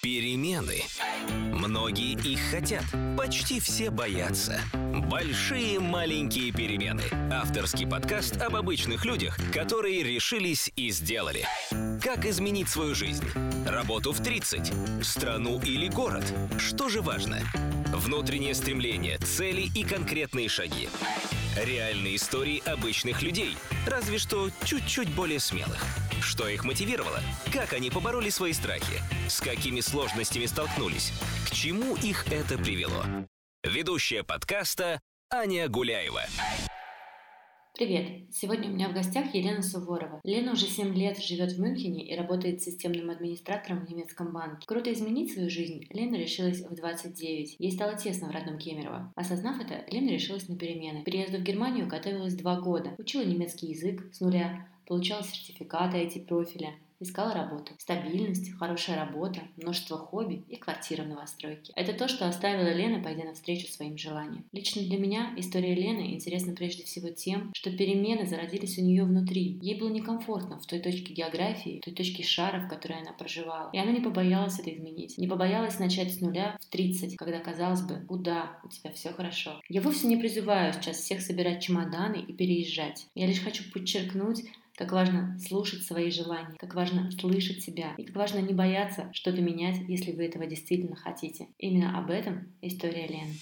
Перемены. Многие их хотят, почти все боятся. Большие маленькие перемены. Авторский подкаст об обычных людях, которые решились и сделали. Как изменить свою жизнь? Работу в 30? Страну или город? Что же важно? Внутреннее стремление, цели и конкретные шаги. Реальные истории обычных людей, разве что чуть-чуть более смелых. Что их мотивировало? Как они побороли свои страхи? С какими сложностями столкнулись? К чему их это привело? Ведущая подкаста Аня Гуляева. Привет! Сегодня у меня в гостях Елена Суворова. Лена уже 7 лет живет в Мюнхене и работает системным администратором в немецком банке. Круто изменить свою жизнь Лена решилась в 29. Ей стало тесно в родном Кемерово. Осознав это, Лена решилась на перемены. К переезду в Германию готовилась 2 года. Учила немецкий язык с нуля, получала сертификаты IT-профиля, искала работу. Стабильность, хорошая работа, множество хобби и квартира в новостройке. Это то, что оставила Лена, пойдя навстречу своим желаниям. Лично для меня история Лены интересна прежде всего тем, что перемены зародились у нее внутри. Ей было некомфортно в той точке географии, в той точке шара, в которой она проживала. И она не побоялась это изменить. Не побоялась начать с нуля в 30, когда, казалось бы, куда, у тебя все хорошо. Я вовсе не призываю сейчас всех собирать чемоданы и переезжать. Я лишь хочу подчеркнуть, как важно слушать свои желания, как важно слышать себя и как важно не бояться что-то менять, если вы этого действительно хотите. Именно об этом история Лены.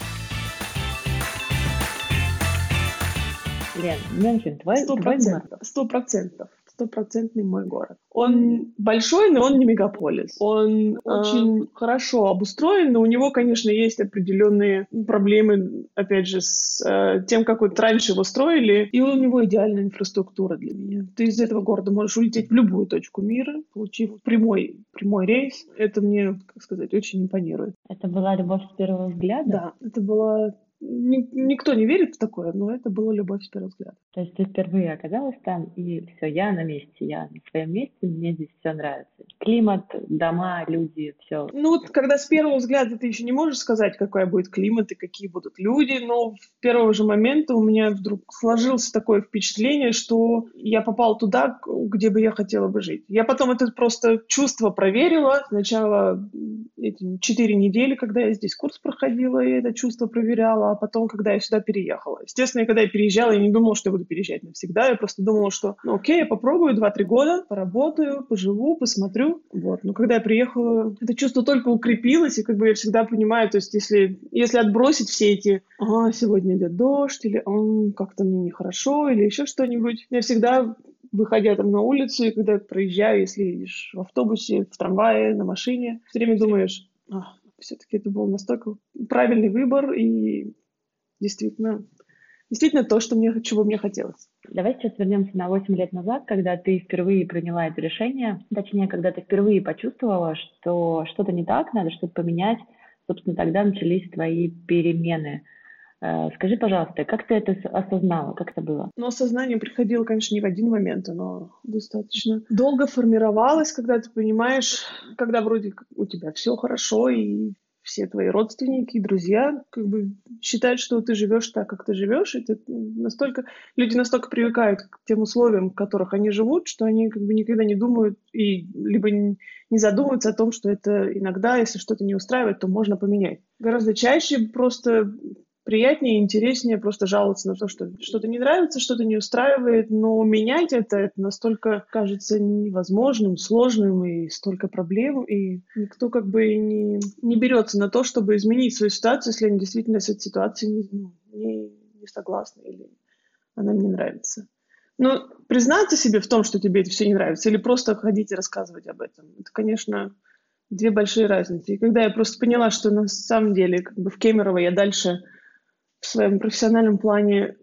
Лен, Мюнхен, твой город. 100%. Стопроцентный мой город. Он большой, но он не мегаполис. Он очень хорошо обустроен, но у него, конечно, есть определенные проблемы, опять же, с тем, как вот раньше его строили. И у него идеальная инфраструктура для меня. Ты из этого города можешь улететь в любую точку мира, получив прямой рейс. Это мне, как сказать, очень импонирует. Это была любовь с первого взгляда? Да, это была... Никто не верит в такое, но это была любовь с первого взгляда. То есть ты впервые оказалась там, и все, я на месте, я на своем месте, мне здесь все нравится. Климат, дома, люди, все. Ну вот, когда с первого взгляда ты еще не можешь сказать, какой будет климат и какие будут люди, но в первого же момента у меня вдруг сложилось такое впечатление, что я попала туда, где бы я хотела бы жить. Я потом это просто чувство проверила. Сначала эти 4 недели, когда я здесь курс проходила, я это чувство проверяла, а потом, когда я сюда переехала. Естественно, когда я переезжала, я не думала, что я буду переезжать навсегда. Я просто думала, что, окей, я попробую 2-3 года, поработаю, поживу, посмотрю. Вот. Но когда я приехала, это чувство только укрепилось, и как бы я всегда понимаю, то есть если отбросить все эти сегодня идет дождь, или как-то мне нехорошо, или еще что-нибудь, я всегда, выходя там на улицу, и когда я проезжаю, если едешь в автобусе, в трамвае, на машине, все время думаешь, все-таки это был настолько правильный выбор, и действительно то, чего мне хотелось. Давай сейчас вернемся на 8 лет назад, когда ты впервые приняла это решение, точнее, когда ты впервые почувствовала, что что-то не так, надо что-то поменять. Собственно, тогда начались твои перемены. Скажи, пожалуйста, как ты это осознала, как это было? Но осознание приходило, конечно, не в один момент, оно достаточно долго формировалось, когда ты понимаешь, когда вроде у тебя все хорошо, и все твои родственники и друзья как бы считают, что ты живешь так, как ты живешь, и люди настолько привыкают к тем условиям, в которых они живут, что они как бы никогда не думают и либо не задумываются о том, что это иногда, если что-то не устраивает, то можно поменять. Гораздо чаще просто приятнее и интереснее просто жаловаться на то, что что-то не нравится, что-то не устраивает, но менять это настолько кажется невозможным, сложным, и столько проблем, и никто как бы не берется на то, чтобы изменить свою ситуацию, если они действительно с этой ситуацией не согласны или она им не нравится. Но признаться себе в том, что тебе это все не нравится, или просто ходить и рассказывать об этом, это, конечно, 2 большие разницы. И когда я просто поняла, что на самом деле как бы в Кемерово я дальше в своем профессиональном плане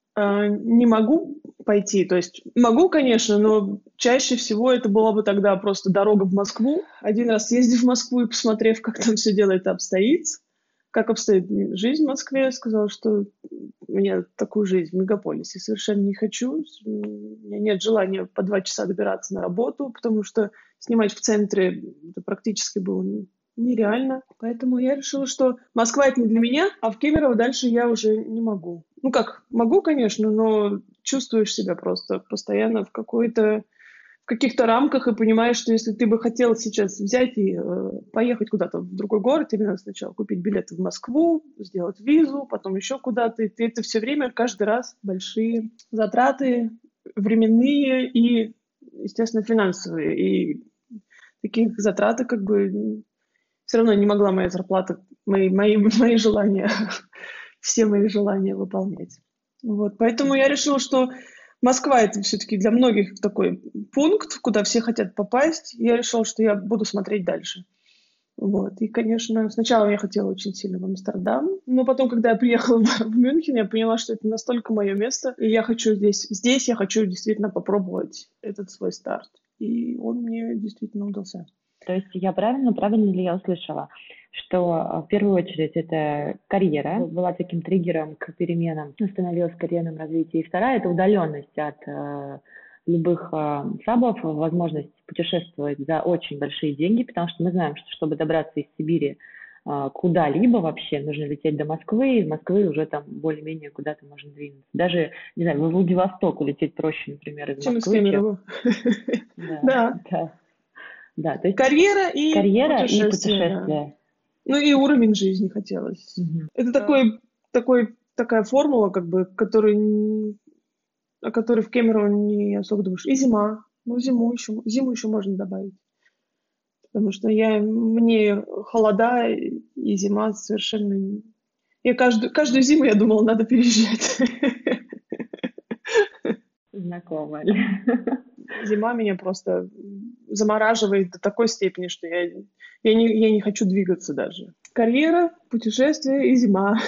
не могу пойти. То есть могу, конечно, но чаще всего это была бы тогда просто дорога в Москву. Один раз съездив в Москву и посмотрев, как там все дело это обстоит, как обстоит жизнь в Москве, я сказала, что я такую жизнь в мегаполисе совершенно не хочу. У меня нет желания по 2 часа добираться на работу, потому что снимать в центре это практически было нереально. Поэтому я решила, что Москва — это не для меня, а в Кемерово дальше я уже не могу. Могу, конечно, но чувствуешь себя просто постоянно в какой-то каких-то рамках и понимаешь, что если ты бы хотел сейчас взять и поехать куда-то в другой город, тебе надо сначала купить билеты в Москву, сделать визу, потом еще куда-то, и ты это все время, каждый раз большие затраты временные и, естественно, финансовые. И таких затрат как бы все равно не могла моя зарплата, мои желания, все мои желания выполнять. Вот. Поэтому я решила, что Москва — это все-таки для многих такой пункт, куда все хотят попасть. Я решила, что я буду смотреть дальше. Вот. И, конечно, сначала я хотела очень сильно в Амстердам, но потом, когда я приехала в Мюнхен, я поняла, что это настолько мое место, и я хочу здесь я хочу действительно попробовать этот свой старт. И он мне действительно удался. То есть я правильно ли я услышала, что в первую очередь это карьера была таким триггером к переменам, становилась карьерным развитием. И вторая — это удаленность от любых сабов, возможность путешествовать за очень большие деньги, потому что мы знаем, что чтобы добраться из Сибири куда-либо вообще, нужно лететь до Москвы, и из Москвы уже там более-менее куда-то можно двинуться. Даже, не знаю, в Владивосток улететь проще, например, из Москвы. Чем из Кемерово. Да, то есть карьера и путешествие. Да. Ну и уровень жизни хотелось. Это такая формула, как бы, о которой в Кемерово не особо думаешь. И зима. Ну, зиму еще можно добавить. Потому что мне холода и зима совершенно... Каждую зиму я думала, надо переезжать. Знакомо. Зима меня просто замораживает до такой степени, что я не хочу двигаться даже. Карьера, путешествие и зима.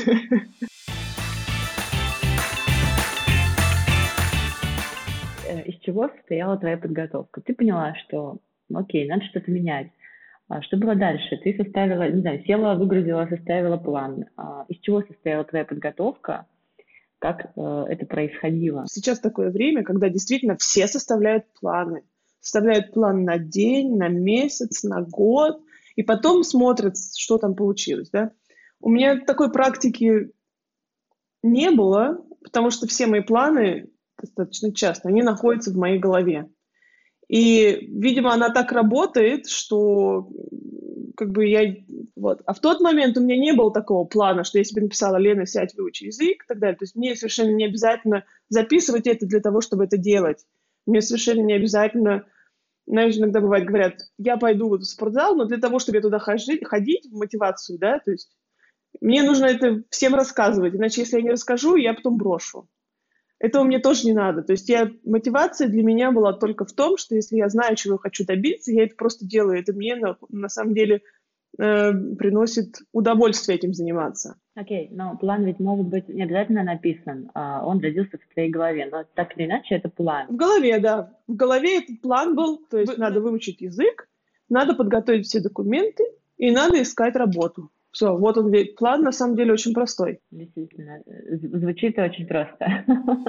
Из чего состояла твоя подготовка? Ты поняла, что окей, надо что-то менять. Что было дальше? Ты составила, не знаю, села, выгрузила, составила план. Из чего состояла твоя подготовка? Как это происходило? Сейчас такое время, когда действительно все составляют планы. Составляют план на день, на месяц, на год. И потом смотрят, что там получилось. Да? У меня такой практики не было, потому что все мои планы достаточно часто, они находятся в моей голове. И, видимо, она так работает, что как бы Вот. А в тот момент у меня не было такого плана, что я себе написала: Лена, сядь, выучи язык и так далее. То есть мне совершенно не обязательно записывать это для того, чтобы это делать. Мне совершенно не обязательно, знаешь, иногда бывает, говорят, я пойду в спортзал, но для того, чтобы я туда ходить в мотивацию, да, то есть мне нужно это всем рассказывать, иначе если я не расскажу, я потом брошу. Этого мне тоже не надо. То есть мотивация для меня была только в том, что если я знаю, чего я хочу добиться, я это просто делаю. Это мне на самом деле приносит удовольствие этим заниматься. Окей, но план ведь может быть не обязательно написан, он родился в твоей голове, но так или иначе это план. В голове, да. В голове этот план был, то есть надо выучить язык, надо подготовить все документы и надо искать работу. Все, вот он ведь. План на самом деле очень простой. Действительно, звучит очень просто.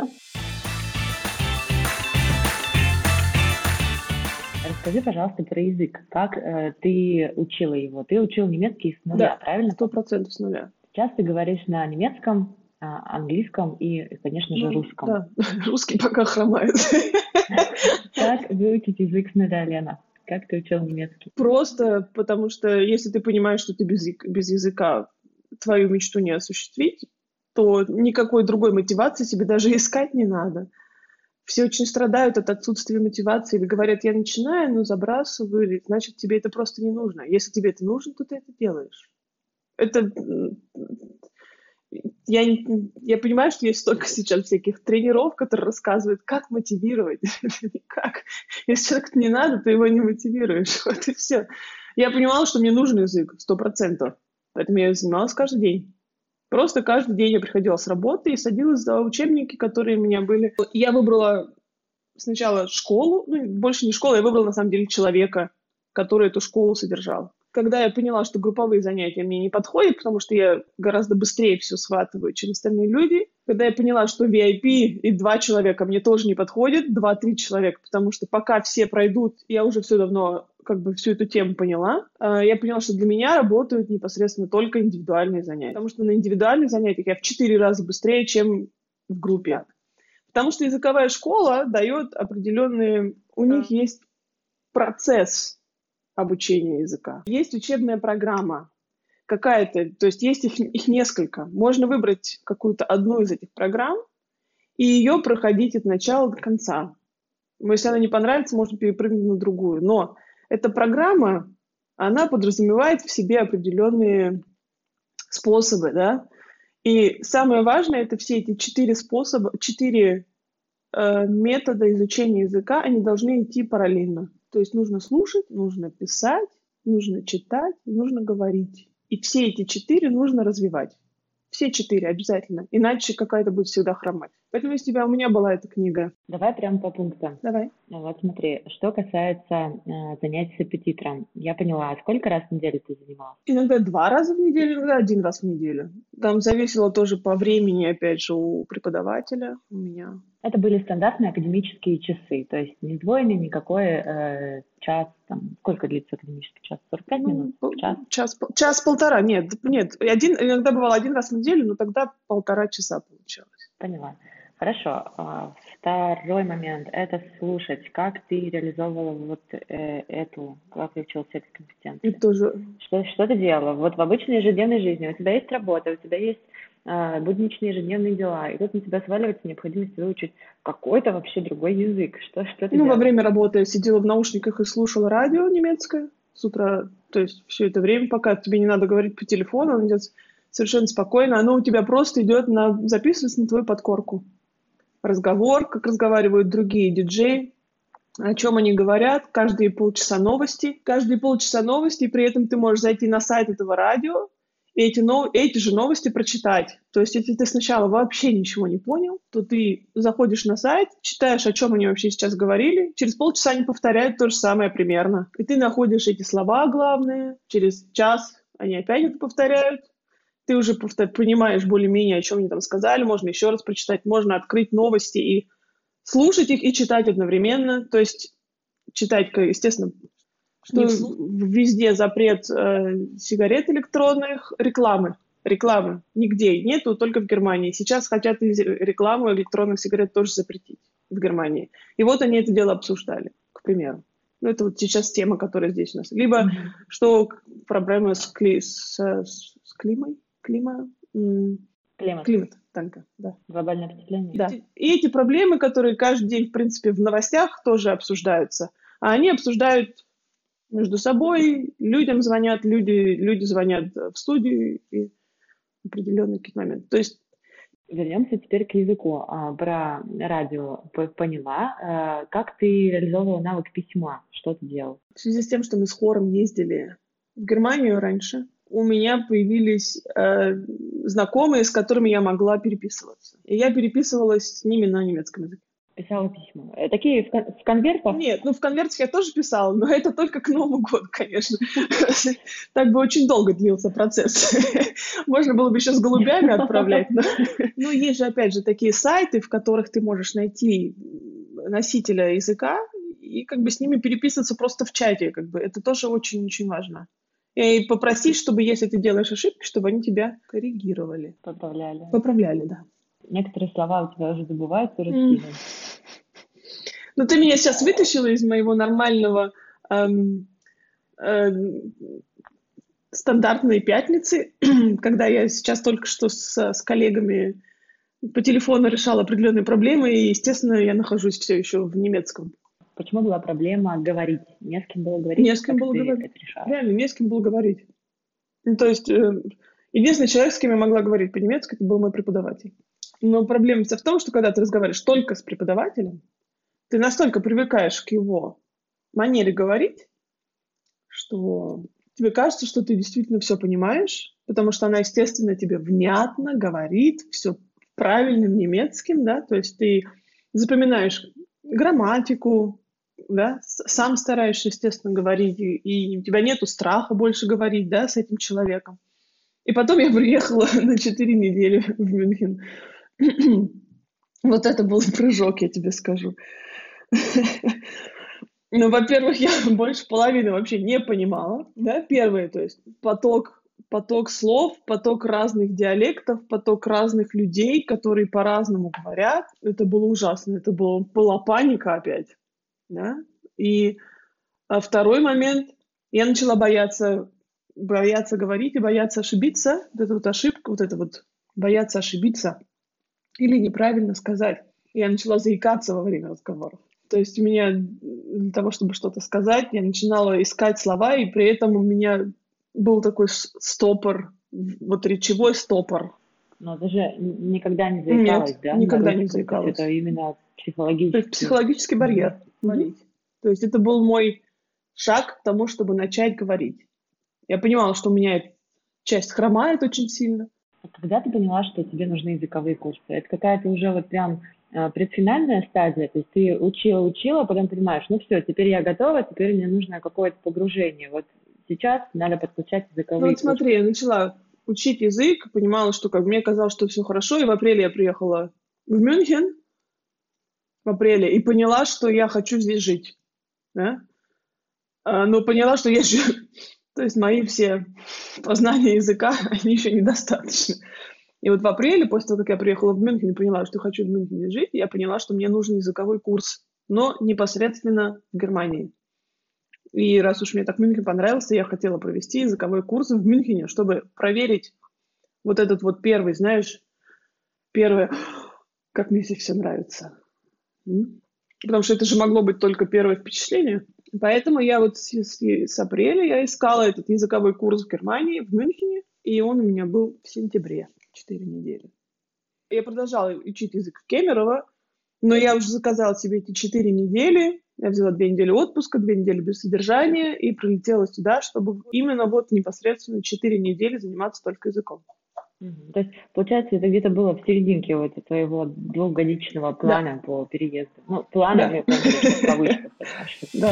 Расскажи, пожалуйста, про язык. Как ты учила его? Ты учил немецкий с нуля, да, правильно? 100% с нуля. Сейчас ты говоришь на немецком, английском и, конечно же, русском. Да, русский пока хромает. Как выучить язык с нуля, Лена? Как ты учил немецкий? Просто потому что если ты понимаешь, что ты без языка твою мечту не осуществить, то никакой другой мотивации себе даже искать не надо. Все очень страдают от отсутствия мотивации или говорят, я начинаю, но забрасываю, или значит тебе это просто не нужно. Если тебе это нужно, то ты это делаешь. Я понимаю, что есть столько сейчас всяких тренеров, которые рассказывают, как мотивировать. Как? Если человеку не надо, то его не мотивируешь. Вот и все. Я понимала, что мне нужен язык 100%. Поэтому я занималась каждый день. Просто каждый день я приходила с работы и садилась за учебники, которые у меня были. Я выбрала сначала школу, больше не школу, я выбрала на самом деле человека, который эту школу содержал. Когда я поняла, что групповые занятия мне не подходят, потому что я гораздо быстрее все схватываю, чем остальные люди. Когда я поняла, что VIP и 2 человека мне тоже не подходят, 2-3 человека, потому что пока все пройдут, я уже все давно всю эту тему поняла. Я поняла, что для меня работают непосредственно только индивидуальные занятия. Потому что на индивидуальных занятиях я в 4 раза быстрее, чем в группе. Потому что языковая школа дает определенные... У них есть процесс обучения языка. Есть учебная программа какая-то, то есть есть их несколько. Можно выбрать какую-то одну из этих программ и ее проходить от начала до конца. Если она не понравится, можно перепрыгнуть на другую. Но эта программа, она подразумевает в себе определенные способы, да. И самое важное, это все эти 4 способа, 4 метода изучения языка, они должны идти параллельно. То есть нужно слушать, нужно писать, нужно читать, нужно говорить. И все эти 4 нужно развивать. Все 4 обязательно. Иначе какая-то будет всегда хромать. Поэтому если у меня была эта книга. Давай прямо по пунктам. Давай. Вот смотри, что касается занятий с репетитором. Я поняла, сколько раз в неделю ты занималась? Иногда 2 раза в неделю, иногда 1 раз в неделю. Там зависело тоже по времени, опять же, у преподавателя, у меня. Это были стандартные академические часы, то есть не сдвоенный никакой час, там, сколько длится академический час? 45 минут? Час-полтора, нет, иногда бывало 1 раз в неделю, но тогда 1,5 часа получалось. Поняла. Хорошо. Второй момент – это слушать. Как ты реализовывала вот как ты училась этой компетенции? И тоже. Что ты делала? Вот в обычной ежедневной жизни у тебя есть работа, у тебя есть будничные ежедневные дела, и тут на тебя сваливается необходимость выучить какой-то вообще другой язык. Что ты делала? Во время работы я сидела в наушниках и слушала радио немецкое с утра, то есть все это время, пока тебе не надо говорить по телефону, оно идет совершенно спокойно, оно у тебя просто идет записывается на твою подкорку. Разговор, как разговаривают другие диджеи, о чем они говорят, каждые полчаса новости, и при этом ты можешь зайти на сайт этого радио и эти же новости прочитать. То есть, если ты сначала вообще ничего не понял, то ты заходишь на сайт, читаешь, о чем они вообще сейчас говорили, через полчаса они повторяют то же самое примерно. И ты находишь эти слова главные, через час они опять это повторяют, ты уже понимаешь более-менее, о чем они там сказали, можно еще раз прочитать, можно открыть новости и слушать их, и читать одновременно. То есть читать, естественно, что везде запрет сигарет электронных, рекламы нигде нету, только в Германии. Сейчас хотят рекламу электронных сигарет тоже запретить в Германии. И вот они это дело обсуждали, к примеру. Это вот сейчас тема, которая здесь у нас. Либо что проблема с климой? Климат, танка, да. Глобальное потепление. Да. И эти проблемы, которые каждый день, в принципе, в новостях тоже обсуждаются, а они обсуждают между собой, людям звонят, люди звонят в студию и определенный какие-то моменты. То есть вернемся теперь к языку. Про радио поняла. Как ты реализовывала навык письма? Что ты делал? В связи с тем, что мы с хором ездили в Германию раньше, у меня появились знакомые, с которыми я могла переписываться. И я переписывалась с ними на немецком языке. Писала письма. Такие в конвертах? Нет, в конвертах я тоже писала, но это только к Новому году, конечно. Так бы очень долго длился процесс. Можно было бы еще с голубями отправлять. Но есть же, опять же, такие сайты, в которых ты можешь найти носителя языка и как бы с ними переписываться просто в чате. Как бы. Это тоже очень-очень важно. И попросить, чтобы, если ты делаешь ошибки, чтобы они тебя коррегировали. Поправляли, да. Некоторые слова у тебя уже забываются, раскиданы. Ну, ты меня сейчас вытащила из моего нормального стандартной пятницы, когда я сейчас только что с коллегами по телефону решала определенные проблемы, и, естественно, я нахожусь все еще в немецком. Почему была проблема говорить? Не с кем было говорить? Не с кем было говорить. Реально, не с кем было говорить. Ну, то есть, единственный человек, с кем я могла говорить по-немецки, это был мой преподаватель. Но проблема в том, что когда ты разговариваешь только с преподавателем, ты настолько привыкаешь к его манере говорить, что тебе кажется, что ты действительно все понимаешь, потому что она, естественно, тебе внятно говорит, все правильным немецким, да, то есть ты запоминаешь грамматику, да, сам стараешься, естественно, говорить, и у тебя нету страха больше говорить, да, с этим человеком. И потом я приехала на 4 недели в Мюнхен. Вот это был прыжок, я тебе скажу. Ну, во-первых, я больше половины вообще не понимала, да, первое, то есть поток поток слов, поток разных диалектов, поток разных людей, которые по-разному говорят. Это было ужасно. Была паника опять. Да? И второй момент, я начала бояться говорить и бояться ошибиться. Вот эта вот ошибка, бояться ошибиться или неправильно сказать. Я начала заикаться во время разговоров. То есть у меня для того, чтобы что-то сказать, я начинала искать слова, и при этом у меня был такой стопор, вот речевой стопор. Но ты же никогда не заикалась, Нет, да? никогда не заикалась. Это именно психологический... То есть психологический барьер говорить. То есть это был мой шаг к тому, чтобы начать говорить. Я понимала, что у меня часть хромает очень сильно. А когда ты поняла, что тебе нужны языковые курсы? Это какая-то уже вот прям предфинальная стадия? То есть ты учила, а потом понимаешь, ну все, теперь я готова, теперь мне нужно какое-то погружение. Вот сейчас надо подключать языковые курсы. Смотри, я начала учить язык, понимала, что мне казалось, что все хорошо, и в апреле я приехала в Мюнхен, и поняла, что я хочу здесь жить. Да? Но поняла, что то есть мои все познания языка, они еще недостаточны. И вот в апреле, после того, как я приехала в Мюнхен и поняла, что хочу в Мюнхене жить, я поняла, что мне нужен языковой курс, но непосредственно в Германии. И раз уж мне так Мюнхен понравился, я хотела провести языковой курс в Мюнхене, чтобы проверить вот этот вот первый, как мне здесь все нравится. Потому что это же могло быть только первое впечатление. Поэтому я вот с апреля я искала этот языковой курс в Германии, в Мюнхене, и он у меня был в сентябре, 4 недели. Я продолжала учить язык в Кемерово, но я уже заказала себе эти 4 недели. Я взяла 2 недели отпуска, 2 недели без содержания и прилетела сюда, чтобы именно вот непосредственно 4 недели заниматься только языком. То есть, получается, это где-то было в серединке вот твоего двухгодичного плана по переезду. Ну, плана, я в кавычках. Да.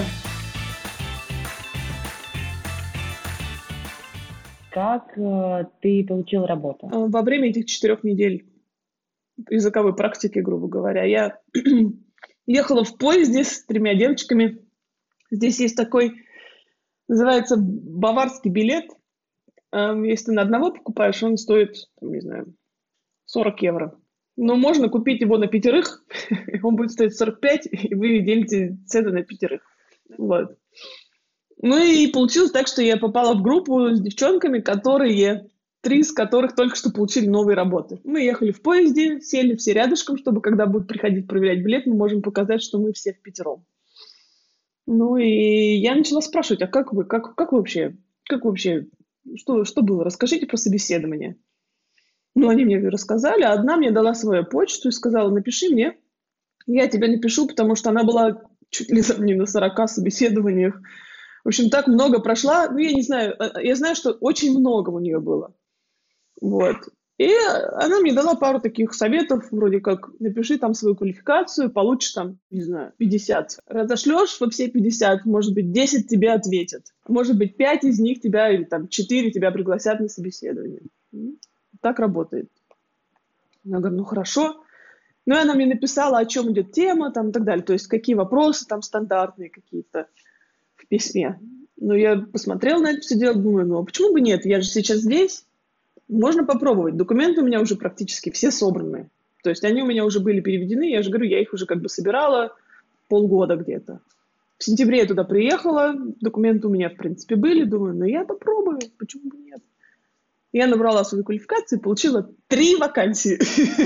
Как ты получил работу? Во время этих 4 недель языковой практики, грубо говоря, я ехала в поезде с 3 девочками. Здесь есть такой, называется, баварский билет. Если ты на одного покупаешь, он стоит, не знаю, 40 евро. Но можно купить его на 5, он будет стоить 45, и вы делите цены на 5. Вот. Ну и получилось так, что я попала в группу с девчонками, 3 из которых только что получили новые работы. Мы ехали в поезде, сели все рядышком, чтобы когда будут приходить проверять билет, мы можем показать, что мы все впятером. Ну и я начала спрашивать, а как вообще, что было? Расскажите про собеседование. Ну, они мне рассказали, а одна мне дала свою почту и сказала, напиши мне, я тебе напишу, потому что она была чуть ли не на 40 собеседованиях. В общем, так много прошла, ну, я не знаю, я знаю, что очень много у нее было. Вот. И она мне дала пару таких советов, вроде как, напиши там свою квалификацию, получишь там, не знаю, 50. Разошлешь во все 50, может быть, 10 тебе ответят. Может быть, 5 из них тебя, или там 4 тебя пригласят на собеседование. Так работает. Я говорю, ну хорошо. Ну и она мне написала, о чем идет тема, там и так далее. То есть, какие вопросы там стандартные какие-то в письме. Ну, я посмотрела на это все дело, думаю, ну а почему бы нет? Я же сейчас здесь. Можно попробовать. Документы у меня уже практически все собраны. То есть они у меня уже были переведены. Я же говорю, я их уже как бы собирала полгода где-то. В сентябре я туда приехала. Документы у меня, в принципе, были. Думаю, ну я попробую. Почему бы нет? Я набрала свою квалификацию и получила 3 вакансии.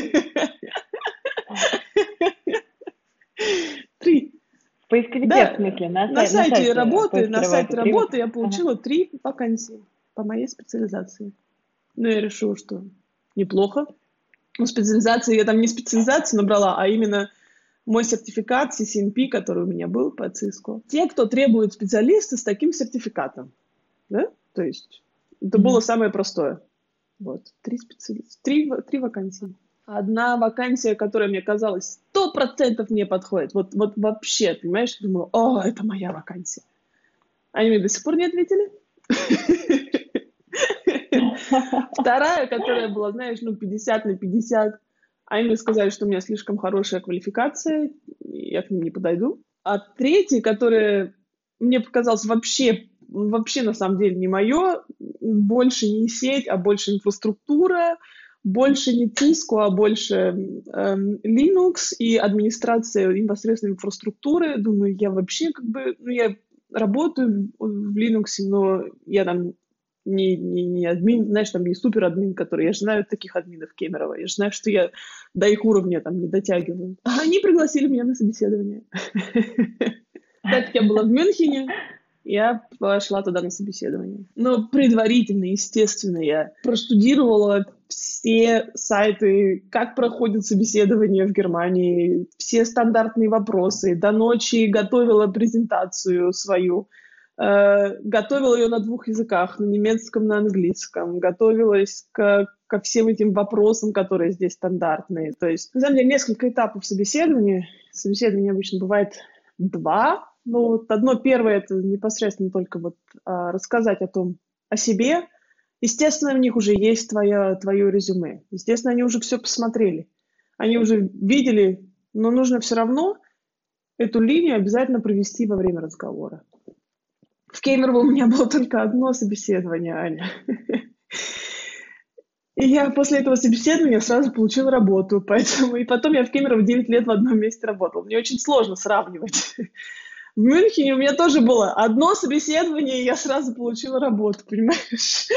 3. В поисковике, в смысле? На сайте работы я получила 3 вакансии по моей специализации. Ну, я решила, что неплохо. Ну, специализации, я там не специализацию набрала, а именно мой сертификат CCNP, который у меня был по ЦИСКу. Те, кто требует специалиста с таким сертификатом. Да? То есть это было самое простое. Вот. 3 вакансии. Одна вакансия, которая мне казалась 100% мне подходит. Вот вообще, понимаешь, думаю, это моя вакансия. Они мне до сих пор не ответили. Вторая, которая была, знаешь, 50 на 50, они мне сказали, что у меня слишком хорошая квалификация, я к ним не подойду. А третья, которая мне показалась вообще на самом деле не мое, больше не сеть, а больше инфраструктура, больше не Cisco, а больше Linux и администрация непосредственно инфраструктуры. Думаю, я вообще я работаю в Linux, но я там не админ, знаешь, там не супер админ, который, я же знаю таких админов Кемерово, я же знаю, что я до их уровня там не дотягиваю. А они пригласили меня на собеседование. Так как я была в Мюнхене, я пошла туда на собеседование. Но предварительно, естественно, я проштудировала все сайты, как проходит собеседование в Германии, все стандартные вопросы. До ночи готовила презентацию свою. Готовила ее на 2 языках, на немецком, на английском. Готовилась ко всем этим вопросам, которые здесь стандартные. То есть, на самом деле, несколько этапов собеседования. Собеседование обычно бывает 2. Ну, вот одно первое, это непосредственно только рассказать о себе. Естественно, у них уже есть твое резюме. Естественно, они уже все посмотрели. Они уже видели, но нужно все равно эту линию обязательно провести во время разговора. В Кемерово у меня было только одно собеседование, Аня. И я после этого собеседования сразу получила работу. И потом я в Кемерово 9 лет в одном месте работала. Мне очень сложно сравнивать. В Мюнхене у меня тоже было одно собеседование, и я сразу получила работу, понимаешь?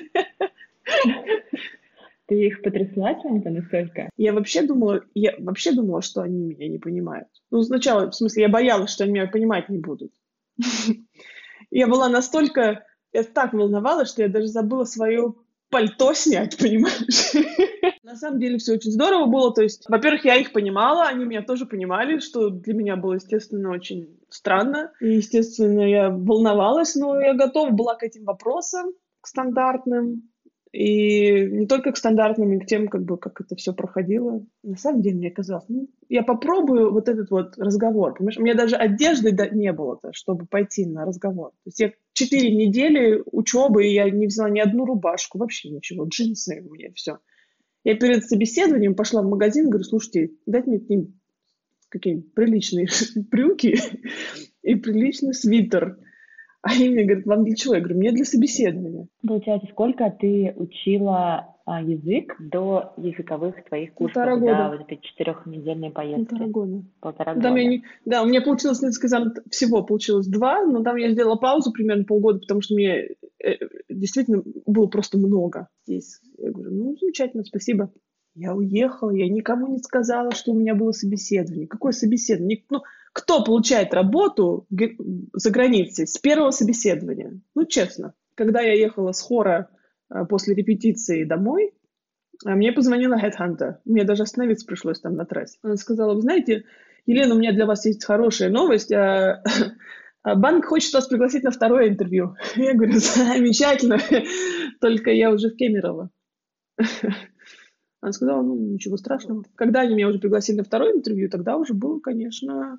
Ты их потрясла чем-то настолько? Я вообще думала, что они меня не понимают. Ну, сначала, в смысле, я боялась, что они меня понимать не будут. Я так волновалась, что я даже забыла свое пальто снять, понимаешь? На самом деле все очень здорово было. То есть, во-первых, я их понимала, они меня тоже понимали, что для меня было, естественно, очень странно. И, естественно, я волновалась, но я готова была к этим вопросам, к стандартным. И не только к стандартным, и к тем, как это все проходило. На самом деле, мне казалось, я попробую вот этот вот разговор. Понимаешь, у меня даже одежды не было, чтобы пойти на разговор. То есть я 4 недели учебы, и я не взяла ни одну рубашку, вообще ничего, джинсы у меня, все. Я перед собеседованием пошла в магазин, говорю, слушайте, дайте мне какие-нибудь приличные брюки и приличный свитер. А они мне говорят, вам для чего? Я говорю, мне для собеседования. Получается, сколько ты учила язык до языковых твоих курсов? 1,5 года. Да, вот эти 4-недельные поездки. 1,5 года. 1,5 года. Да, у меня получилось, всего получилось 2, но там я сделала паузу примерно полгода, потому что мне действительно было просто много здесь. Я говорю, замечательно, спасибо. Я уехала, я никому не сказала, что у меня было собеседование. Какое собеседование? Кто получает работу за границей с первого собеседования? Честно. Когда я ехала с хора после репетиции домой, мне позвонила Headhunter. Мне даже остановиться пришлось там на трассе. Она сказала, вы знаете, Елена, у меня для вас есть хорошая новость. Банк хочет вас пригласить на 2-е интервью. Я говорю, замечательно, только я уже в Кемерово. Она сказала, ничего страшного. Когда они меня уже пригласили на 2-е интервью, тогда уже было, конечно,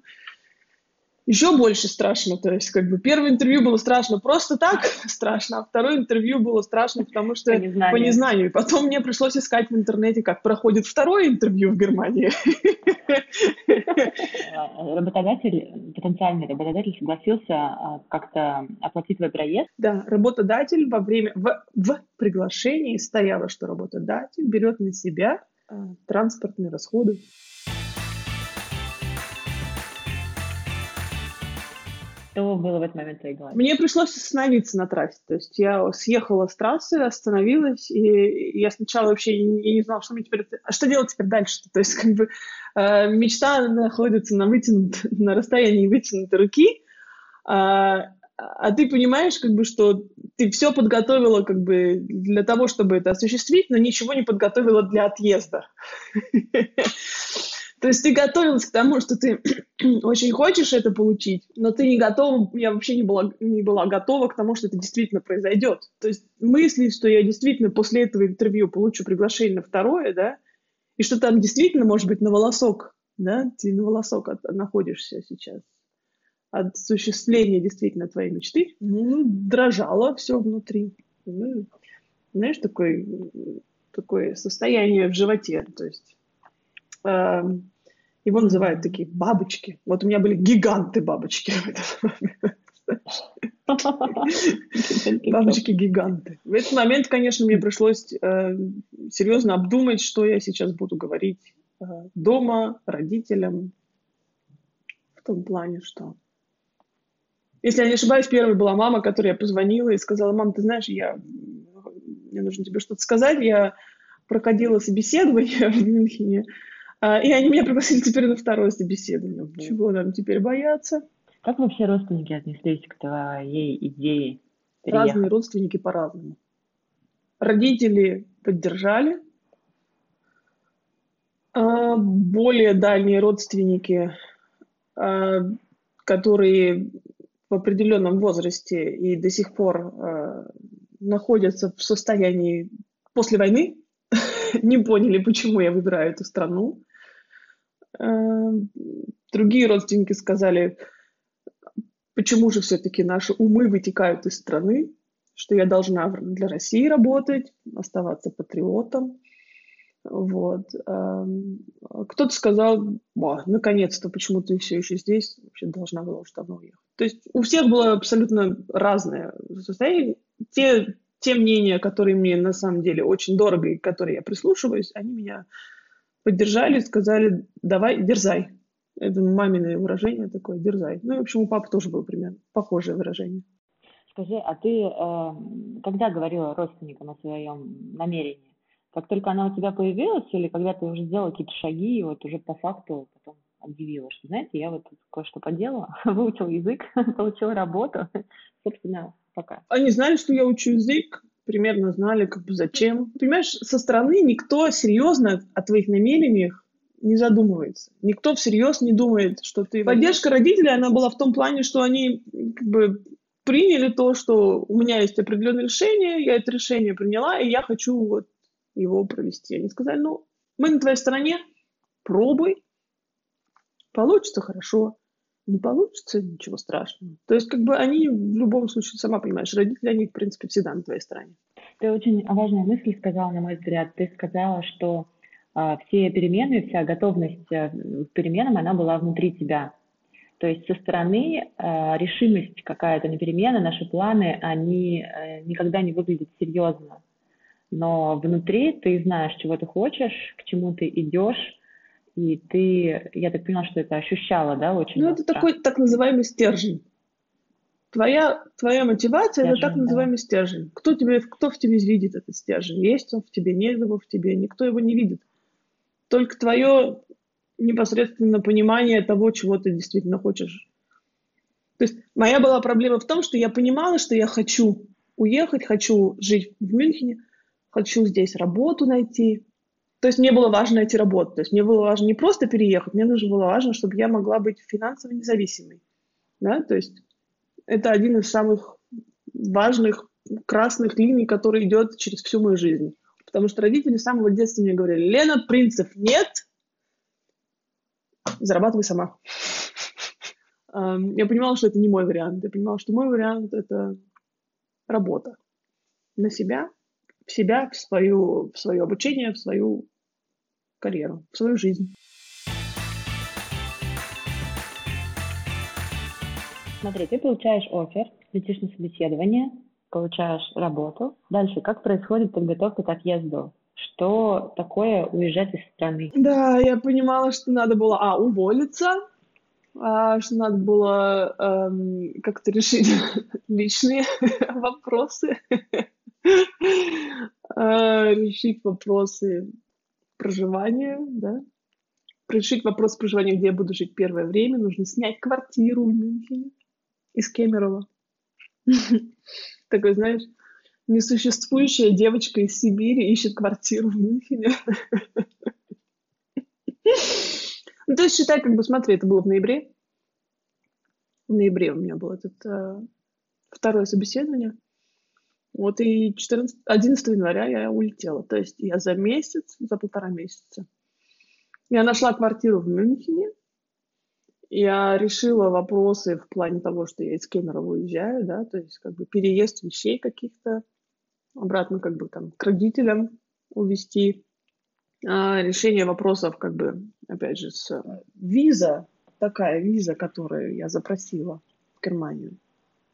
еще больше страшно. То есть, первое интервью было страшно просто так, страшно, а 2-е интервью было страшно, потому что по незнанию. Потом мне пришлось искать в интернете, как проходит 2-е интервью в Германии. Потенциальный работодатель согласился как-то оплатить твой проезд? Да, работодатель в приглашении стояло, что работодатель берет на себя транспортные расходы. Что было в этот момент в твоей голове? Мне пришлось остановиться на трассе. То есть я съехала с трассы, остановилась, и я сначала вообще не знала, что мне теперь... А что делать теперь дальше-то? То есть мечта находится на расстоянии вытянутой руки, а ты понимаешь, что ты все подготовила для того, чтобы это осуществить, но ничего не подготовила для отъезда. То есть ты готовилась к тому, что ты очень хочешь это получить, но ты не готова, я вообще не была готова к тому, что это действительно произойдет. То есть мысли, что я действительно после этого интервью получу приглашение на 2-е, да, и что там действительно, может быть, на волосок, да, ты на волосок находишься сейчас от осуществления действительно твоей мечты, дрожало все внутри. Знаешь, такое состояние в животе, то есть... Его называют такие бабочки. Вот у меня были гиганты бабочки в этот момент. Бабочки-гиганты. В этот момент, конечно, мне пришлось серьезно обдумать, что я сейчас буду говорить дома, родителям. В том плане, что... Если я не ошибаюсь, первой была мама, которой я позвонила и сказала: мам, ты знаешь, мне нужно тебе что-то сказать. Я проходила собеседование в Мюнхене, и они меня пригласили теперь на второе собеседование. Чего нам теперь бояться? Как вообще родственники отнеслись к твоей идее Разные переехать? родственники по-разному. Родители поддержали. Более дальние родственники, которые в определенном возрасте и до сих пор находятся в состоянии после войны, не поняли, почему я выбираю эту страну. Другие родственники сказали, почему же все-таки наши умы вытекают из страны, что я должна для России работать, оставаться патриотом. Вот. Кто-то сказал: наконец-то, почему ты все еще здесь, вообще должна была уже давно уехать. То есть у всех было абсолютно разное состояние. Те мнения, которые мне на самом деле очень дорого и к которым я прислушиваюсь, они меня поддержали, сказали: давай, дерзай. Это маминое выражение такое, дерзай. Ну и, в общем, у папы тоже было примерно похожее выражение. Скажи, а ты когда говорила родственникам о своем намерении? Как только она у тебя появилась, или когда ты уже сделала какие-то шаги, и вот уже по факту потом объявила, что, знаете, я вот кое-что поделала, выучила язык, получила работу, собственно, пока. Они знали, что я учу язык, примерно знали, как бы зачем. Понимаешь, со стороны никто серьезно о твоих намерениях не задумывается. Никто всерьез не думает, что ты... Поддержка родителей, она была в том плане, что они как бы приняли то, что у меня есть определенное решение, я это решение приняла, и я хочу вот его провести. Они сказали: мы на твоей стороне, пробуй, получится — хорошо, не получится — ничего страшного. То есть, как бы они в любом случае, сама понимаешь, родители, они, в принципе, всегда на твоей стороне. Ты очень важную мысль сказала, на мой взгляд. Ты сказала, что все перемены, вся готовность к переменам, она была внутри тебя. То есть со стороны решимость какая-то на перемены, наши планы, они никогда не выглядят серьезно. Но внутри ты знаешь, чего ты хочешь, к чему ты идешь, и ты, я так поняла, что это ощущала, да, очень это такой так называемый стержень. Твоя мотивация — это так называемый стержень. Кто в тебе видит этот стержень? Есть он в тебе, нет его в тебе, никто его не видит. Только твое непосредственно понимание того, чего ты действительно хочешь. То есть моя была проблема в том, что я понимала, что я хочу уехать, хочу жить в Мюнхене, хочу здесь работу найти. То есть мне было важно найти работу. То есть мне было важно не просто переехать, мне было важно, чтобы я могла быть финансово независимой. Да? То есть это один из самых важных красных линий, который идет через всю мою жизнь. Потому что родители с самого детства мне говорили: Лена, принцев нет, зарабатывай сама. Я понимала, что это не мой вариант. Я понимала, что мой вариант — это работа на себя, в свое обучение, в свою карьеру, в свою жизнь. Смотри, ты получаешь оффер, летишь на собеседование, получаешь работу. Дальше, как происходит подготовка к отъезду? Что такое уезжать из страны? Да, я понимала, что надо было, уволиться, что надо было как-то решить личные вопросы, решить вопросы проживания, да, решить вопрос проживания, где я буду жить первое время. Нужно снять квартиру в Мюнхене из Кемерово. Такой, знаешь, несуществующая девочка из Сибири ищет квартиру в Мюнхене. То есть, считай, смотри, это было в ноябре. В ноябре у меня было второе собеседование. Вот и 11 января я улетела. То есть я за полтора месяца. Я нашла квартиру в Мюнхене. Я решила вопросы в плане того, что я из Кемерово уезжаю, да, то есть переезд вещей каких-то обратно к родителям увезти. Решение вопросов опять же с виза, такая виза, которую я запросила в Германию.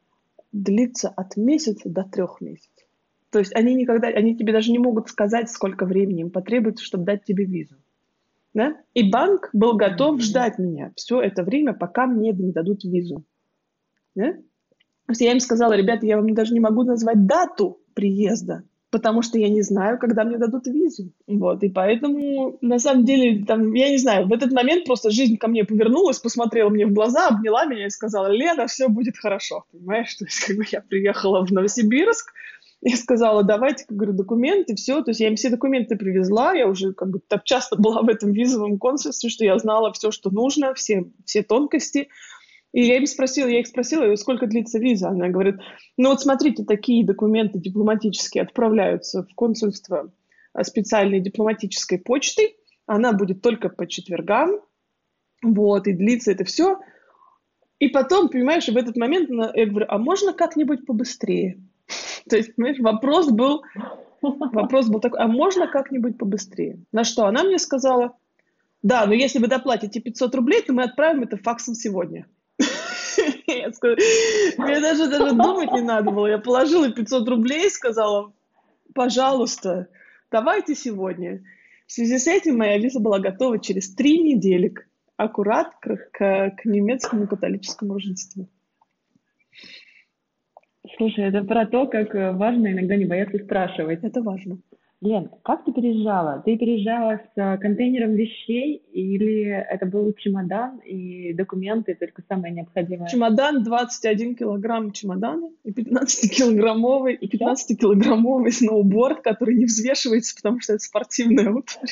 длится от месяца до 3 месяцев. То есть они тебе даже не могут сказать, сколько времени им потребуется, чтобы дать тебе визу. Да? И банк был готов ждать меня все это время, пока мне не дадут визу. Да? То есть я им сказала: ребята, я вам даже не могу назвать дату приезда, потому что я не знаю, когда мне дадут визу. Вот. И поэтому, на самом деле, я не знаю, в этот момент просто жизнь ко мне повернулась, посмотрела мне в глаза, обняла меня и сказала: Лена, все будет хорошо. Понимаешь? То есть я приехала в Новосибирск, я сказала: давайте, говорю, документы, все. То есть я им все документы привезла, я уже так часто была в этом визовом консульстве, что я знала все, что нужно, все тонкости. И я их спросила, сколько длится виза. Она говорит: вот смотрите, такие документы дипломатические отправляются в консульство специальной дипломатической почтой, она будет только по четвергам, вот, и длится это все. И потом, понимаешь, в этот момент я говорю: а можно как-нибудь побыстрее? То есть, понимаешь, вопрос был такой: а можно как-нибудь побыстрее? На что она мне сказала: да, но если вы доплатите 500 рублей, то мы отправим это факсом сегодня. Я сказала, мне даже думать не надо было. Я положила 500 рублей и сказала: пожалуйста, давайте сегодня. В связи с этим моя виза была готова через 3 недели, аккурат к немецкому католическому Рождеству. Слушай, это про то, как важно иногда не бояться спрашивать. Это важно. Лен, как ты переезжала? Ты переезжала с контейнером вещей или это был чемодан и документы, только самое необходимое? Чемодан, 21 килограмм чемодана и 15-килограммовый сноуборд, который не взвешивается, потому что это спортивная утварь.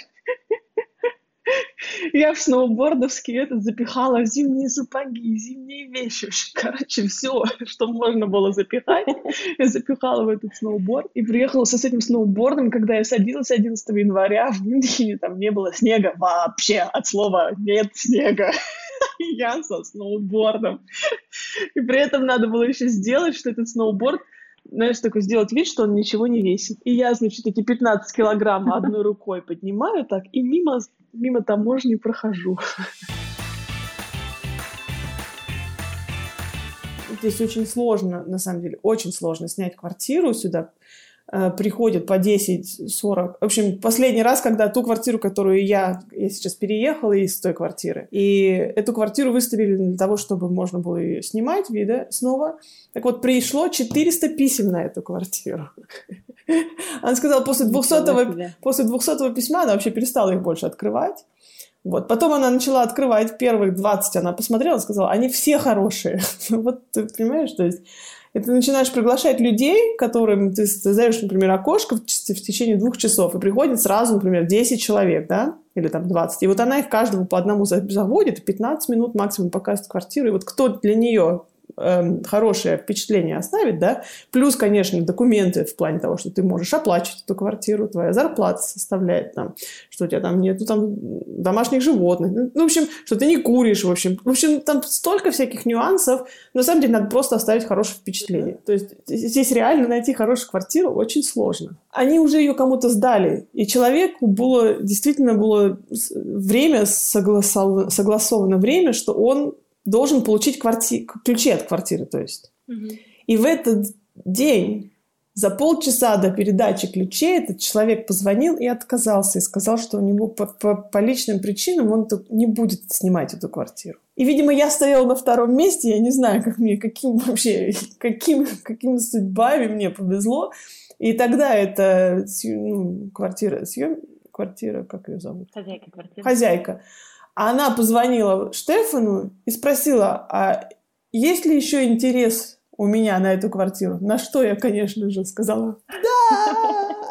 Я в сноубордовский запихала зимние сапоги, зимние вещи. Короче, все, что можно было запихать, я запихала в этот сноуборд. И приехала с этим сноубордом, когда я садилась 11 января, в Мюнхене там не было снега вообще, от слова «нет снега». Я со сноубордом. И при этом надо было еще сделать, что этот сноуборд, знаешь, такой сделать вид, что он ничего не весит. И я, значит, эти 15 килограмм одной рукой поднимаю так и мимо таможни прохожу. Здесь очень сложно, на самом деле, очень сложно снять квартиру сюда. Приходят по 10-40. В общем, последний раз, когда ту квартиру, которую я сейчас переехала из той квартиры, и эту квартиру выставили для того, чтобы можно было ее снимать, вида, снова. Так вот, пришло 400 писем на эту квартиру. Она сказала, после 200-го письма она вообще перестала их больше открывать. Вот. Потом она начала открывать первых 20, она посмотрела и сказала: они все хорошие. Вот ты понимаешь, то есть и ты начинаешь приглашать людей, которым ты создаешь, например, окошко в течение 2 часов, и приходит сразу, например, 10 человек, да, или там 20. И вот она их каждого по одному заводит, 15 минут максимум показывает квартиру. И вот кто для нее хорошее впечатление оставит, да, плюс, конечно, документы в плане того, что ты можешь оплачивать эту квартиру, твоя зарплата составляет там, что у тебя там нету там домашних животных, ну, в общем, что ты не куришь, в общем, там столько всяких нюансов, но на самом деле надо просто оставить хорошее впечатление. То есть здесь реально найти хорошую квартиру очень сложно. Они уже ее кому-то сдали, и человеку действительно было время, согласовано время, что он должен получить ключи от квартиры, то есть. И в этот день, за полчаса до передачи ключей, этот человек позвонил и отказался, и сказал, что у него по личным причинам он не будет снимать эту квартиру. И, видимо, я стояла на 2-м месте, я не знаю, какими судьбами мне повезло. И тогда эта квартира, как ее зовут? Хозяйка. А она позвонила Штефану и спросила: а есть ли еще интерес у меня на эту квартиру? На что я, конечно же, сказала: да!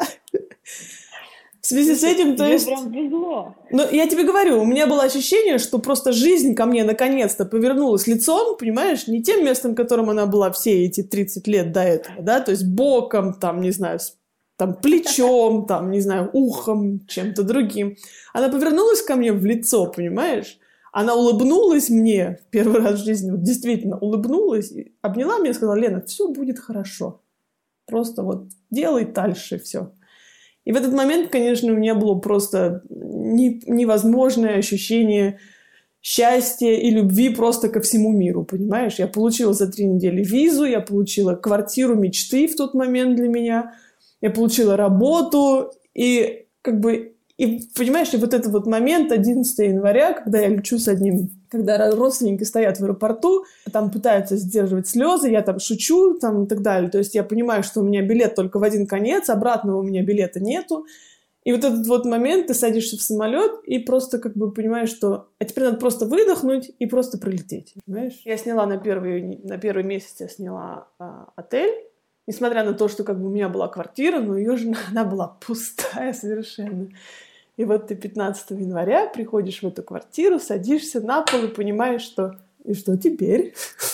В связи с этим, то есть... прям везло. Ну, я тебе говорю, у меня было ощущение, что просто жизнь ко мне наконец-то повернулась лицом, понимаешь, не тем местом, которым она была все эти 30 лет до этого, да, то есть боком, там, не знаю, там, плечом, там, не знаю, ухом, чем-то другим. Она повернулась ко мне в лицо, понимаешь? Она улыбнулась мне в первый раз в жизни, вот действительно улыбнулась, обняла меня и сказала: Лена, все будет хорошо. Просто вот делай дальше все. И в этот момент, конечно, у меня было просто невозможное ощущение счастья и любви просто ко всему миру, понимаешь? Я получила за 3 недели визу, я получила квартиру мечты в тот момент для меня, я получила работу, и как бы, и понимаешь, и вот этот вот момент 11 января, когда я лечу с одним, когда родственники стоят в аэропорту, там пытаются сдерживать слезы, я там шучу, там и так далее, то есть я понимаю, что у меня билет только в один конец, обратного у меня билета нету. И вот этот вот момент, ты садишься в самолет и просто как бы понимаешь, что... А теперь надо просто выдохнуть и просто прилететь, понимаешь? Я сняла на первый месяц я сняла отель, несмотря на то, что как бы у меня была квартира, но ее же она была пустая совершенно. И вот ты 15 января приходишь в эту квартиру, садишься на пол и понимаешь, что... И что теперь?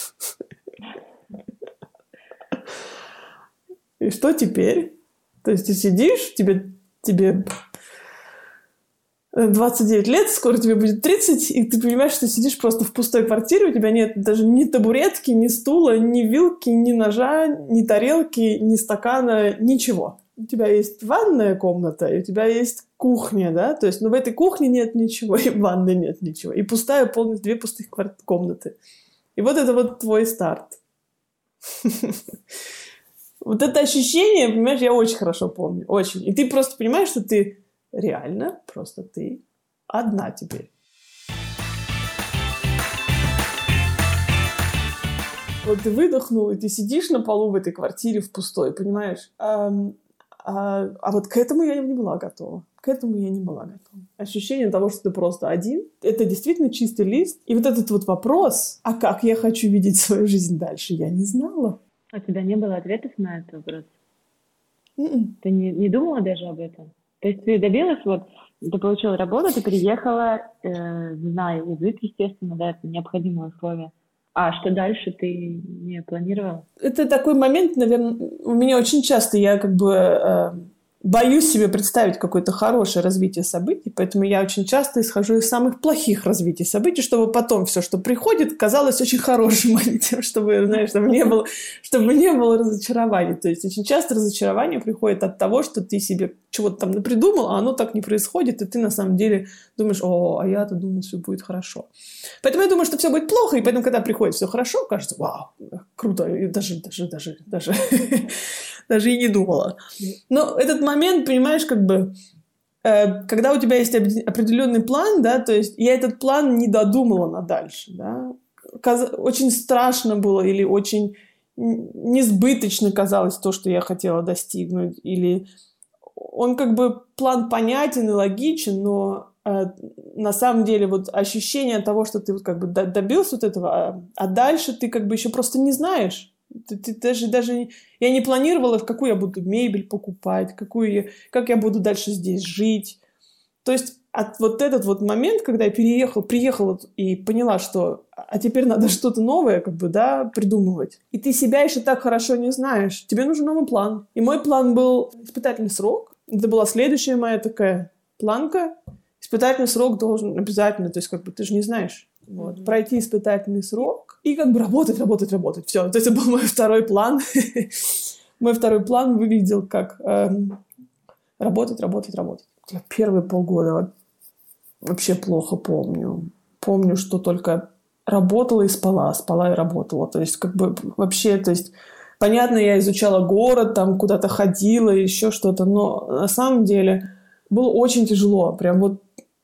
И что теперь? То есть ты сидишь, тебе 29 лет, скоро тебе будет 30, и ты понимаешь, что ты сидишь просто в пустой квартире, у тебя нет даже ни табуретки, ни стула, ни вилки, ни ножа, ни тарелки, ни стакана, ничего. У тебя есть ванная комната, и у тебя есть кухня, да, то есть, но в этой кухне нет ничего, и в ванной нет ничего, и пустая полностью, 2 пустых комнаты. И вот это вот твой старт. Вот это ощущение, понимаешь, я очень хорошо помню, очень. И ты просто понимаешь, что ты реально просто ты одна теперь. Вот ты выдохнул, и ты сидишь на полу в этой квартире в пустой, понимаешь? А вот к этому я не была готова. К этому я не была готова. Ощущение того, что ты просто один, это действительно чистый лист. И вот этот вот вопрос, а как я хочу видеть свою жизнь дальше, я не знала. У тебя не было ответов на этот вопрос? Ты не думала даже об этом? То есть ты добилась, вот, ты получила работу, ты приехала, зная язык, естественно, да, это необходимое условие. А что дальше ты не планировала? Это такой момент, наверное, у меня очень часто, я как бы боюсь себе представить какое-то хорошее развитие событий, поэтому я очень часто исхожу из самых плохих развитий событий, чтобы потом все, что приходит, казалось очень хорошим, а не тем, чтобы, знаешь, чтобы не было разочарований. То есть очень часто разочарование приходит от того, что ты себе чего-то там напридумал, а оно так не происходит, и ты на самом деле думаешь, а я-то думал, все будет хорошо. Поэтому я думаю, что все будет плохо, и поэтому, когда приходит все хорошо, кажется, вау, круто, и даже и не думала. Но этот момент, понимаешь, как бы, когда у тебя есть определенный план, да, то есть я этот план не додумала на дальше, да, очень страшно было или очень несбыточно казалось то, что я хотела достигнуть, или он как бы план понятен и логичен, но на самом деле вот ощущение того, что ты вот как бы добился вот этого, а дальше ты как бы еще просто не знаешь. Ты даже я не планировала, какую я буду мебель покупать, как я буду дальше здесь жить. То есть вот этот вот момент, когда я приехала и поняла, что а теперь надо что-то новое как бы, да, придумывать. И ты себя еще так хорошо не знаешь. Тебе нужен новый план. И мой план был испытательный срок. Это была следующая моя такая планка. Испытательный срок должен обязательно, то есть как бы ты же не знаешь. Вот, пройти испытательный срок и как бы работать. Все. То есть это был мой второй план. Мой второй план выглядел как работать. Я первые полгода вообще плохо помню. Помню, что только работала и спала и работала. То есть как бы вообще, то есть понятно, я изучала город, там куда-то ходила, еще что-то, но на самом деле было очень тяжело. Прям вот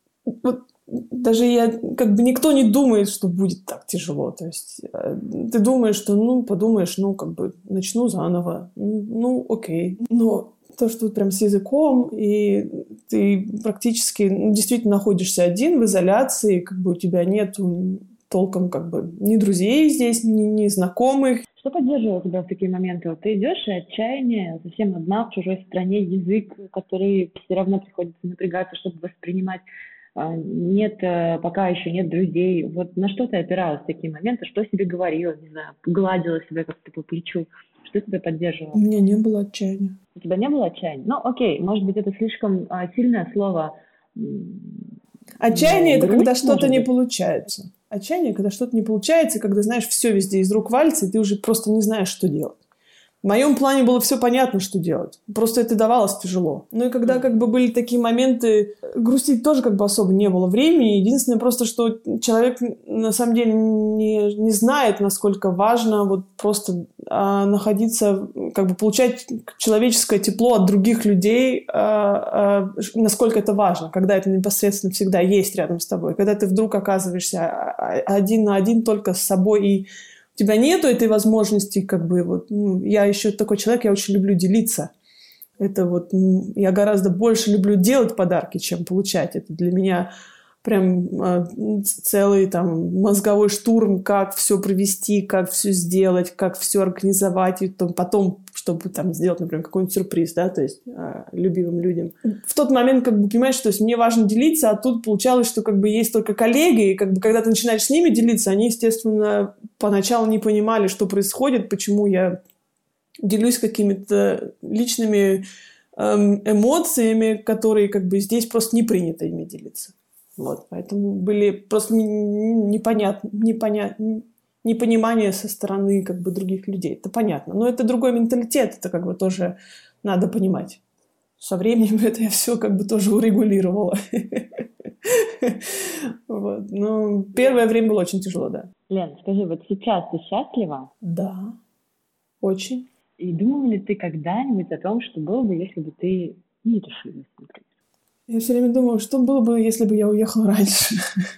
даже как бы никто не думает, что будет так тяжело. То есть ты думаешь, что, подумаешь, как бы начну заново. Окей. Но то, что прям с языком, и ты практически действительно находишься один в изоляции, как бы у тебя нету толком как бы ни друзей здесь, ни знакомых. Что поддерживало тебя в такие моменты? Вот ты идешь, и отчаяние, совсем одна в чужой стране, язык, который все равно приходится напрягаться, чтобы воспринимать. Нет, пока еще нет друзей. Вот на что ты опиралась в такие моменты? Что себе говорила? Не знаю, гладила себя как-то по плечу? Что тебя поддерживало? У меня не было отчаяния. У тебя не было отчаяния? Окей, может быть, это слишком сильное слово. Отчаяние – это когда что-то не получается. Отчаяние, когда что-то не получается, когда, знаешь, все везде из рук валится, и ты уже просто не знаешь, что делать. В моем плане было все понятно, что делать. Просто это давалось тяжело. Ну и когда как бы были такие моменты, грустить тоже как бы особо не было времени. Единственное просто, что человек на самом деле не знает, насколько важно вот просто находиться, как бы получать человеческое тепло от других людей, насколько это важно, когда это непосредственно всегда есть рядом с тобой. Когда ты вдруг оказываешься один на один только с собой, и у тебя нету этой возможности, как бы вот, я еще такой человек, я очень люблю делиться. Это вот, я гораздо больше люблю делать подарки, чем получать. Это для меня прям целый там мозговой штурм, как все провести, как все сделать, как все организовать, и потом, чтобы там сделать, например, какой-нибудь сюрприз, да, то есть любимым людям. В тот момент, как бы, понимаешь, то есть мне важно делиться, а тут получалось, что как бы есть только коллеги, и как бы когда ты начинаешь с ними делиться, они, естественно, поначалу не понимали, что происходит, почему я делюсь какими-то личными эмоциями, которые как бы здесь просто не принято ими делиться. Вот, поэтому были просто непонимание со стороны как бы других людей. Это понятно. Но это другой менталитет, это как бы тоже надо понимать. Со временем это я все как бы тоже урегулировала. Вот. Но первое время было очень тяжело, да. Лен, скажи, вот сейчас ты счастлива? Да, очень. И думала ли ты когда-нибудь о том, что было бы, если бы ты не решилась, например? Я все время думала, что было бы, если бы я уехала раньше.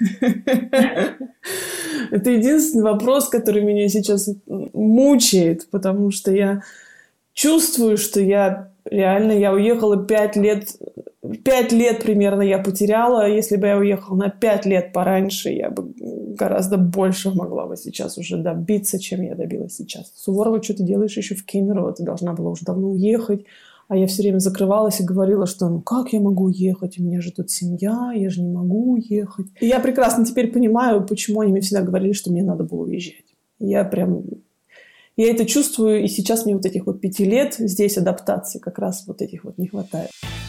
Это единственный вопрос, который меня сейчас мучает, потому что я чувствую, что я уехала 5 лет, 5 лет примерно я потеряла. Если бы я уехала на 5 лет пораньше, я бы гораздо больше могла бы сейчас уже добиться, чем я добилась сейчас. Суворова, что ты делаешь еще в Кемерово? Ты должна была уже давно уехать. А я все время закрывалась и говорила, что как я могу уехать? У меня же тут семья, я же не могу уехать. И я прекрасно теперь понимаю, почему они мне всегда говорили, что мне надо было уезжать. Я это чувствую, и сейчас мне вот этих вот 5 лет здесь адаптации как раз вот этих вот не хватает.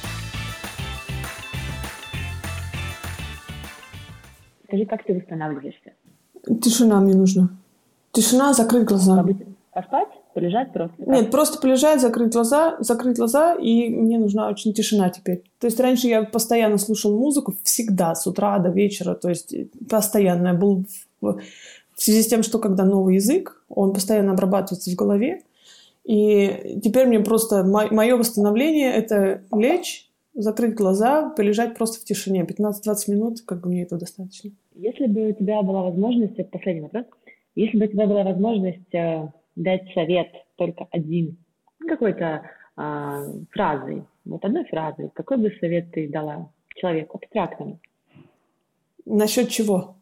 Скажи, как ты восстанавливаешься? Тишина мне нужна. Тишина, закрыть глаза. Поспать? Полежать просто? Нет, просто полежать, закрыть глаза, и мне нужна очень тишина теперь. То есть раньше я постоянно слушала музыку, всегда, с утра до вечера, то есть постоянно. Я был в связи с тем, что когда новый язык, он постоянно обрабатывается в голове, и теперь мне просто, мое восстановление – это лечь, закрыть глаза, полежать просто в тишине. 15-20 минут, как бы мне этого достаточно. Если бы у тебя была возможность, это последний вопрос, если бы у тебя была возможность дать совет только один, какой-то фразой, вот одной фразой, какой бы совет ты дала человеку абстрактному? Насчет чего?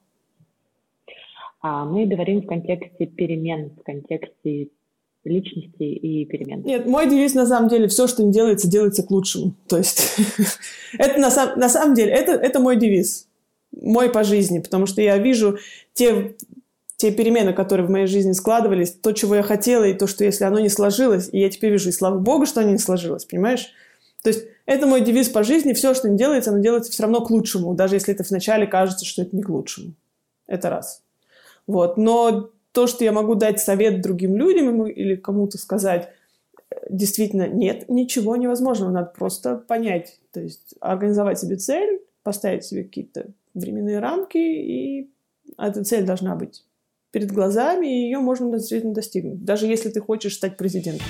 Мы говорим в контексте перемен, в контексте личности и перемен. Нет, мой девиз на самом деле, все, что не делается, делается к лучшему. То есть это на самом деле, это мой девиз, мой по жизни, потому что я вижу те перемены, которые в моей жизни складывались, то, чего я хотела, и то, что если оно не сложилось, и я теперь вижу, и слава богу, что оно не сложилось, понимаешь? То есть это мой девиз по жизни, все, что не делается, оно делается все равно к лучшему, даже если это вначале кажется, что это не к лучшему. Это раз. Вот. Но то, что я могу дать совет другим людям или кому-то сказать, действительно, нет, ничего невозможного, надо просто понять, то есть организовать себе цель, поставить себе какие-то временные рамки, и эта цель должна быть перед глазами, и ее можно действительно достигнуть, даже если ты хочешь стать президентом.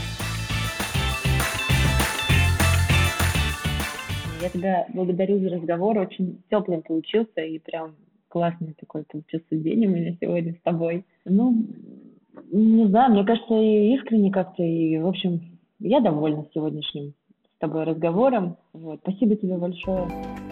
Я тебя благодарю за разговор, очень теплым получился, и прям классный такой получился день у меня сегодня с тобой. Не знаю, мне кажется, и искренне как-то, и, в общем, я довольна сегодняшним с тобой разговором. Вот. Спасибо тебе большое.